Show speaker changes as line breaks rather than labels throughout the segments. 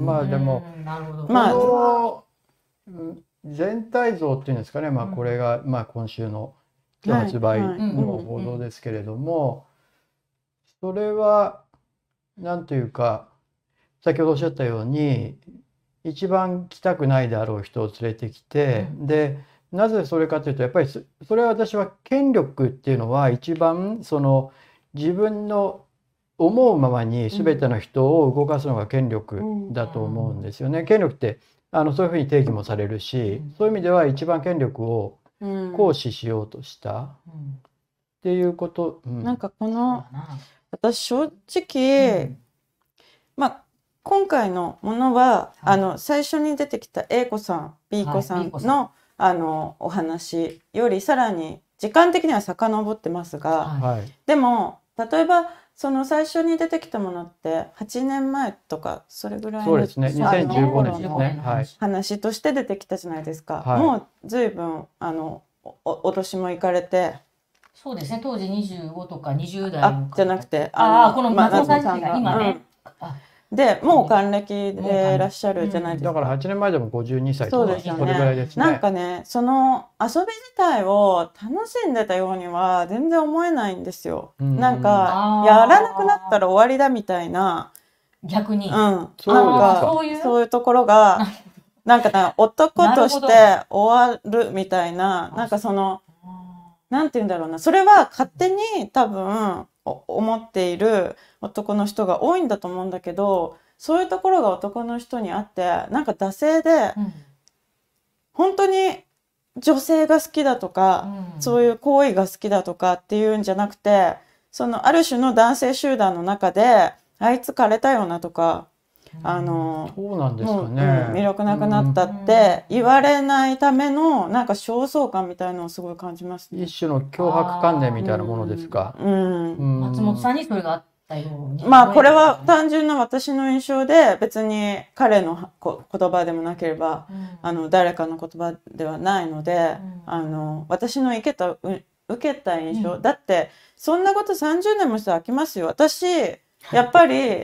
まあでも
まあ
この全体像っていうんですかね、まあこれがまあ今週の今日発売の報道ですけれども、それはなんというか先ほどおっしゃったように一番来たくないであろう人を連れてきて、でなぜそれかというとやっぱりそれは私は権力っていうのは一番その自分の思うままに全ての人を動かすのが権力だと思うんですよね。権力ってそういうふうに定義もされるし、そういう意味では一番権力を行使しようとしたっていうこと。
なんかこの私正直、まあ今回のものは最初に出てきた A 子さん B 子さんのお話よりさらに時間的には遡ってますが、でも例えばその最初に出てきたものって8年前とかそれぐらいの
2015年ですね、
話として出てきたじゃないですか。もう随分お年も行かれて。
そうですね、当時25とか20代の方
じゃなくて
この松本さんが今ね、
でもう還暦でいらっしゃるじゃないですか。
だから8年前でも52歳
とかそれぐらいですね。なんかね、その遊び自体を楽しんでたようには全然思えないんですよ。なんかやらなくなったら終わりだみたいな、
逆に、
なんかそういうところがなんかね、男として終わるみたいな、なんかそのなんて言うんだろうな、それは勝手に多分思っている男の人が多いんだと思うんだけど、そういうところが男の人にあってなんか惰性で、本当に女性が好きだとか、そういう行為が好きだとかっていうんじゃなくて、そのある種の男性集団の中であいつ枯れたよなとか、
そうなんですかね、
魅力なくなったって言われないためのなんか焦燥感みたいのをすごい感じますね。
一種の脅迫観念みたいなものですか。
松本さんにそれがあったように。
まあこれは単純な私の印象で、別に彼の言葉でもなければ、誰かの言葉ではないので、私の受けた印象、だってそんなこと30年もして飽きますよ。私やっぱり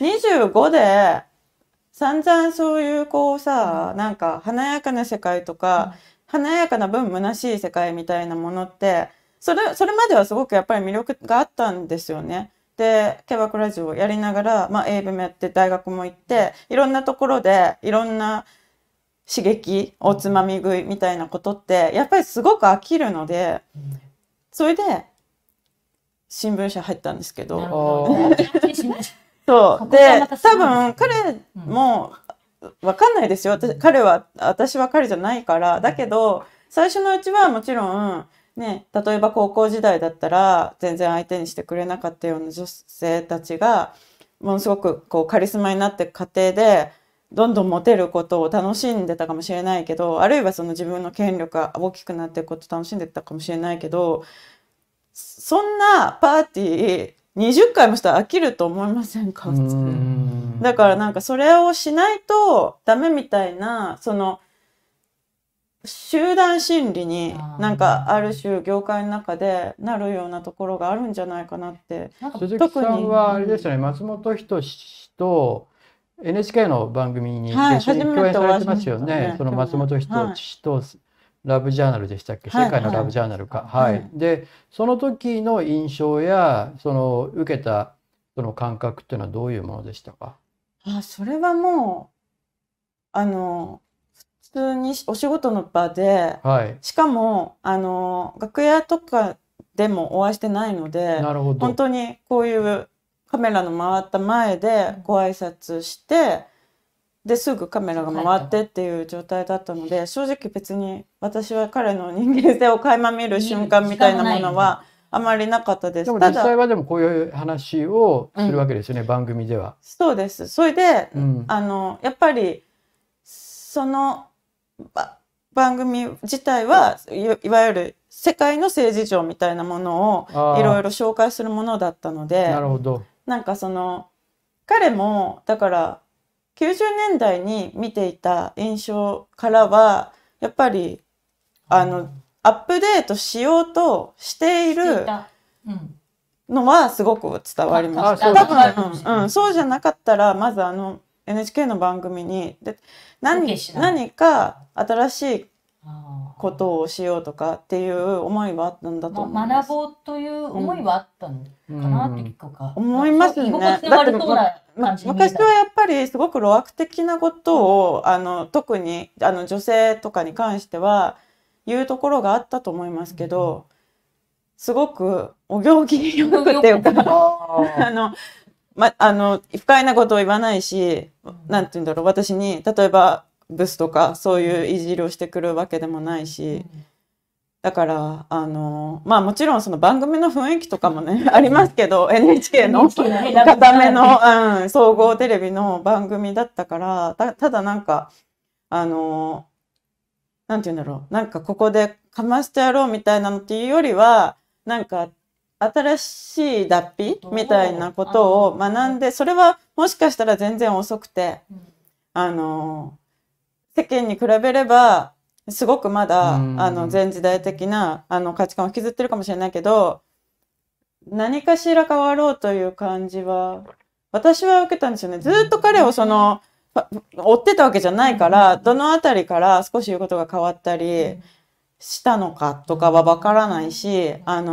25で散々そういうこうさ、なんか華やかな世界とか、華やかな分虚しい世界みたいなものってそれまではすごくやっぱり魅力があったんですよね。でキャバクラジオをやりながら、英文もやって大学も行って、いろんなところでいろんな刺激おつまみ食いみたいなことってやっぱりすごく飽きるので、それで新聞社入ったんですけど。そうで多分彼も分かんないですよ。私は彼じゃないから。だけど最初のうちはもちろんね、例えば高校時代だったら全然相手にしてくれなかったような女性たちがものすごくこうカリスマになっていく過程でどんどんモテることを楽しんでたかもしれないけど、あるいはその自分の権力が大きくなっていくことを楽しんでたかもしれないけど、そんなパーティー20回もしたら飽きると思いませんか？普通。だからなんかそれをしないとダメみたいな、その集団心理になんかある種業界の中でなるようなところがあるんじゃないかなって。
鈴木さんはあれですよね、松本人志氏と NHK の番組に一緒に共演されてますよね。その松本人志氏とラブジャーナルでしたっけ、世界のラブジャーナルか。でその時の印象やその受けたその感覚っていうのはどういうものでしたか？
それはもう普通にお仕事の場で、しかも楽屋とかでもお会いしてないので、本当にこういうカメラの回った前でご挨拶して、ですぐカメラが回ってっていう状態だったので、正直別に私は彼の人間性を垣間見る瞬間みたいなものはあまりなかったです。
でも実際はでもこういう話をするわけですよね、番組では。
そうです。それで、やっぱりその番組自体はいわゆる世界の政治上みたいなものをいろいろ紹介するものだったので、なんかその彼もだから90年代に見ていた印象からはやっぱりアップデートしようとしているのはすごく伝わりました。多分、そうじゃなかったらまず NHK の番組にで何か新しいことをしようとかっていう思いはあったんだと思います。
学ぼうという思いはあったのかなっていうか、
思いますね。だって昔はやっぱりすごく路悪的なことを特に女性とかに関しては言うところがあったと思いますけど、すごくお行儀よくっていうか不快なことを言わないし、なんて言うんだろう、私に例えばブスとかそういういじりをしてくるわけでもないし、だからまあもちろんその番組の雰囲気とかもねありますけど、 NHK の固めの、総合テレビの番組だったから、ただなんかなんて言うんだろう、なんかここでかましてやろうみたいなのっていうよりは、なんか新しい脱皮みたいなことを学んで、それはもしかしたら全然遅くて、世間に比べればすごくまだ前時代的な価値観を引きずってるかもしれないけど、何かしら変わろうという感じは私は受けたんですよね。ずっと彼を追ってたわけじゃないから、どのあたりから少し言うことが変わったりしたのかとかはわからないし、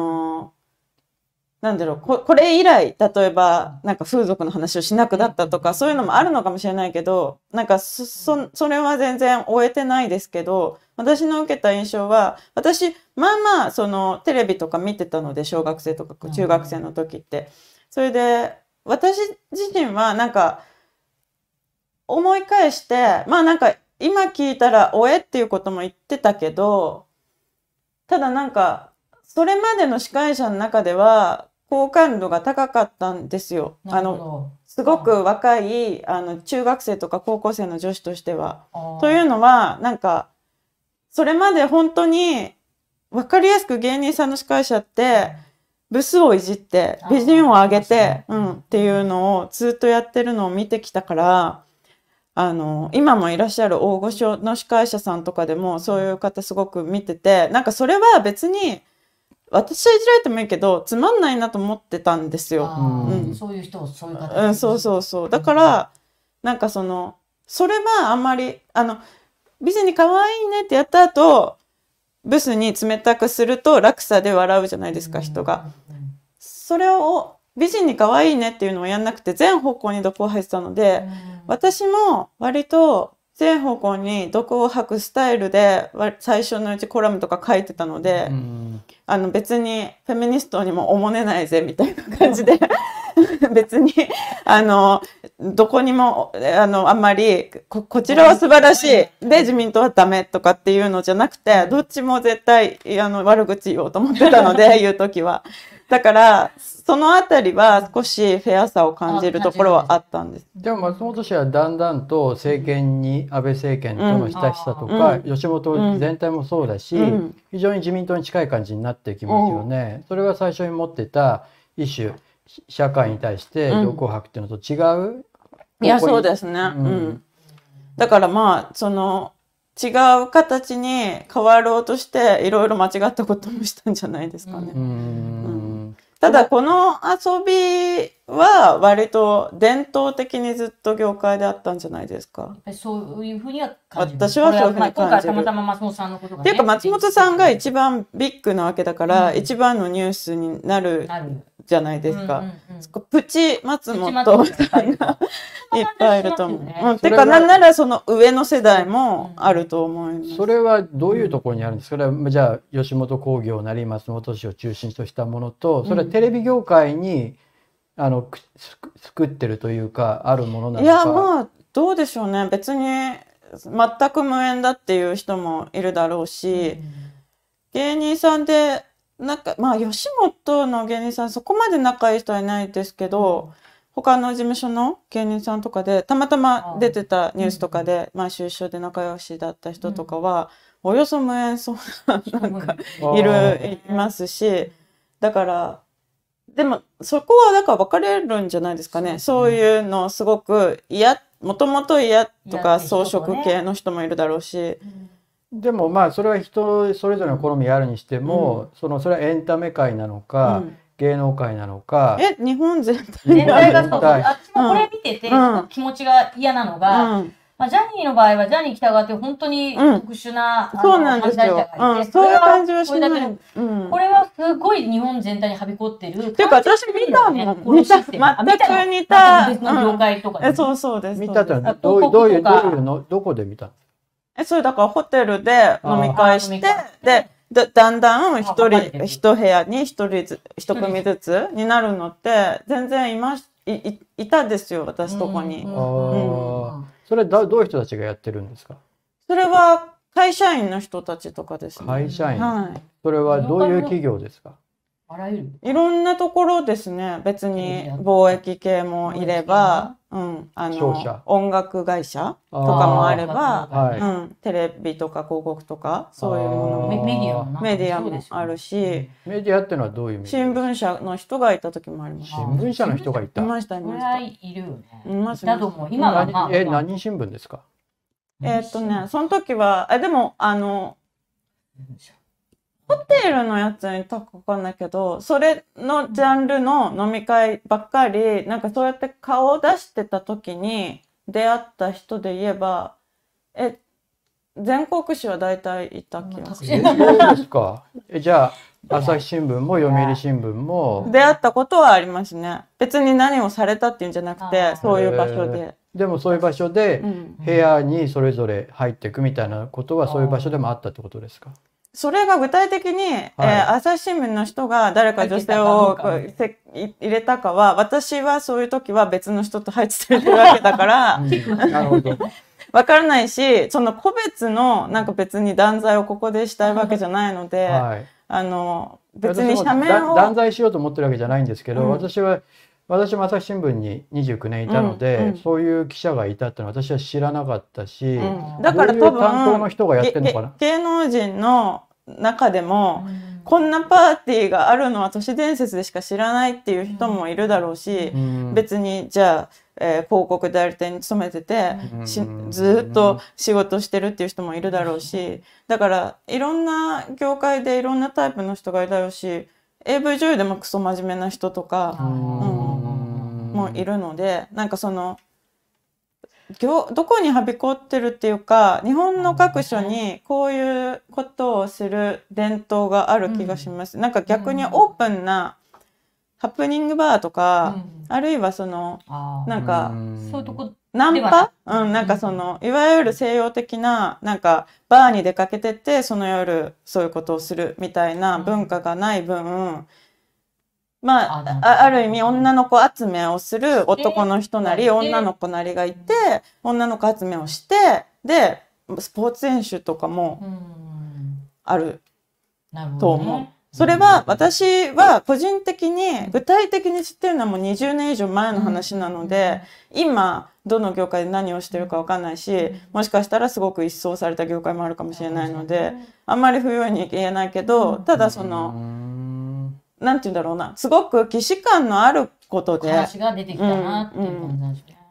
なんだろう、これ以来例えばなんか風俗の話をしなくなったとかそういうのもあるのかもしれないけど、なんかそれは全然終えてないですけど、私の受けた印象は、私まあテレビとか見てたので、小学生とか中学生の時って、それで私自身はなんか思い返して、まあなんか今聞いたらおえっていうことも言ってたけど、ただなんかそれまでの司会者の中では好感度が高かったんですよ。すごく若い中学生とか高校生の女子としては。というのはなんかそれまで本当に分かりやすく芸人さんの司会者ってブスをいじって美人を上げて、っていうのをずっとやってるのを見てきたから、今もいらっしゃる大御所の司会者さんとかでもそういう方すごく見てて、なんかそれは別に私はいじられてもいいけどつまんないなと思ってたんですよ。
そういう人、そういう方、
そうだからなんかそれはあんまり美人に可愛いねってやった後ブスに冷たくすると落差で笑うじゃないですか、人が。それを美人に可愛いねっていうのをやんなくて全方向に毒を吐いてたので、私も割と全方向に毒を吐くスタイルで最初のうちコラムとか書いてたので、別にフェミニストにもおもねないぜみたいな感じで別にどこにもあんまりこちらは素晴らしいで自民党はダメとかっていうのじゃなくて、どっちも絶対悪口言おうと思ってたので言う時は。だからそのあたりは少しフェアさを感じるところはあったんです。
でも松本氏はだんだんと政権に、安倍政権との親しさとか、吉本全体もそうだし、非常に自民党に近い感じになってきますよね。それが最初に持ってた一種社会に対して毒を吐くっていうのと違う。
いやそうですね。だからまあ違う形に変わろうとしていろいろ間違ったこともしたんじゃないですかね。ただこの遊びは割と伝統的にずっと業界であったんじゃないですか。
そういうふうには感じる。
私はそういうふうに感じる。
今回たまたま松本さんのことがね。
っていうか松本さんが一番ビッグなわけだから、一番のニュースになるじゃないですか。プチ松本さんがいっぱいいると思う。てかなんならその上の世代もあると思います。
それはどういうところにあるんですか。それはじゃあ吉本興業なり松本氏を中心としたものと、それはテレビ業界に作ってるというかあるものなのか。
いやまあどうでしょうね。別に全く無縁だっていう人もいるだろうし、芸人さんでなんかまあ吉本の芸人さんそこまで仲いい人はいないですけど、他の事務所の芸人さんとかでたまたま出てたニュースとかで毎週一緒で仲良しだった人とかは、およそ無縁そうなんかいますし、だからでもそこはだから分かれるんじゃないですかね。そういうのすごくもともと嫌とか装飾系の人もいるだろうし。
でもまあそれは人それぞれの好みがあるにしても、それはエンタメ界なのか、 芸能界なのか。
日本全体
全体がそう。
全体
私もこれ見てて、すごく気持ちが嫌なのが、まあ、ジャニーの場合はジャニー喜多川って本当に特殊な、
そうなんですよ。そういう感じはしない。
これはすごい日本全体にはびこってる。
っていうか私見たもん。全く似た。
別の業界とかで。
そうです。
見たってどういうの、どこで見た
の？それだからホテルで飲み会して、で、だんだん一部屋に一組ずつになるのって全然いたですよ、私とこに。
それどういう人たちがやってるんですか？
それは会社員の人たちとかですね。
会社員。
はい。
それはどういう企業ですか？
あらゆる。
いろんなところですね。別に貿易系もいれば、音楽会社とかもあれば、テレビとか広告とかそういうもの、メディアもあるし。
メディアってのはどういうメディア？
新聞社の人がいた時もあります。
新聞社の人がいた。
いました。
これはいるよね。
いました。
今はまあ。
何新聞ですか？
その時はでもホテルのやつにたかわかんないけど、それのジャンルの飲み会ばっかり、なんかそうやって顔を出してた時に出会った人で言えば、全国紙は大体いた気がする。
そうですか。じゃあ朝日新聞も読売新聞も
出会ったことはありますね。別に何をされたっていうんじゃなくて、そういう場所で。
でもそういう場所で部屋にそれぞれ入っていくみたいなことはそういう場所でもあったってことですか？
それが具体的に、朝日新聞の人が誰か女性を入れたかは、私はそういう時は別の人と入ってるわけだから、
なるほど。
わからないし、その個別のなんか別に断罪をここでしたいわけじゃないので、別に社名を
断罪しようと思ってるわけじゃないんですけど、私も朝日新聞に29年いたので、そういう記者がいたってのは私は知らなかったし、
だから多分
担当の人がやってるのかな。
芸能人の中でも、こんなパーティーがあるのは都市伝説でしか知らないっていう人もいるだろうし、別にじゃあ、広告代理店に勤めててずっと仕事してるっていう人もいるだろうし、だからいろんな業界でいろんなタイプの人がいるだろうし、AV 女優でもクソ真面目な人とかもいるので、なんかそのどこにはびこってるっていうか、日本の各所にこういうことをする伝統がある気がします。なんか逆にオープンなハプニングバーとか、あるいはそのなんか
そういうとこ
ナンパ、なんかそのいわゆる西洋的ななんかバーに出かけてってその夜そういうことをするみたいな文化がない分、まあ、ある意味女の子集めをする男の人なり女の子なりがいて、女の子集めをして、でスポーツ選手とかもあると思う。それは私は個人的に具体的に知ってるのはもう20年以上前の話なので、今どの業界で何をしてるか分かんないし、もしかしたらすごく一掃された業界もあるかもしれないので、あんまり不用意に言えないけど、ただそのなんて言うんだろうな、すごく既視感のあることで
話が出てきたなっていう感じなんですね。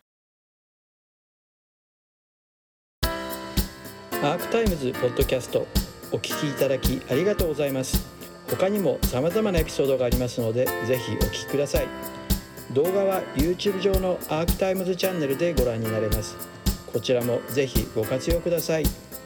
アークタイムズポッドキャストお聞きいただきありがとうございます。他にも様々なエピソードがありますので、ぜひお聞きください。動画は YouTube 上のアークタイムズチャンネルでご覧になれます。こちらもぜひご活用ください。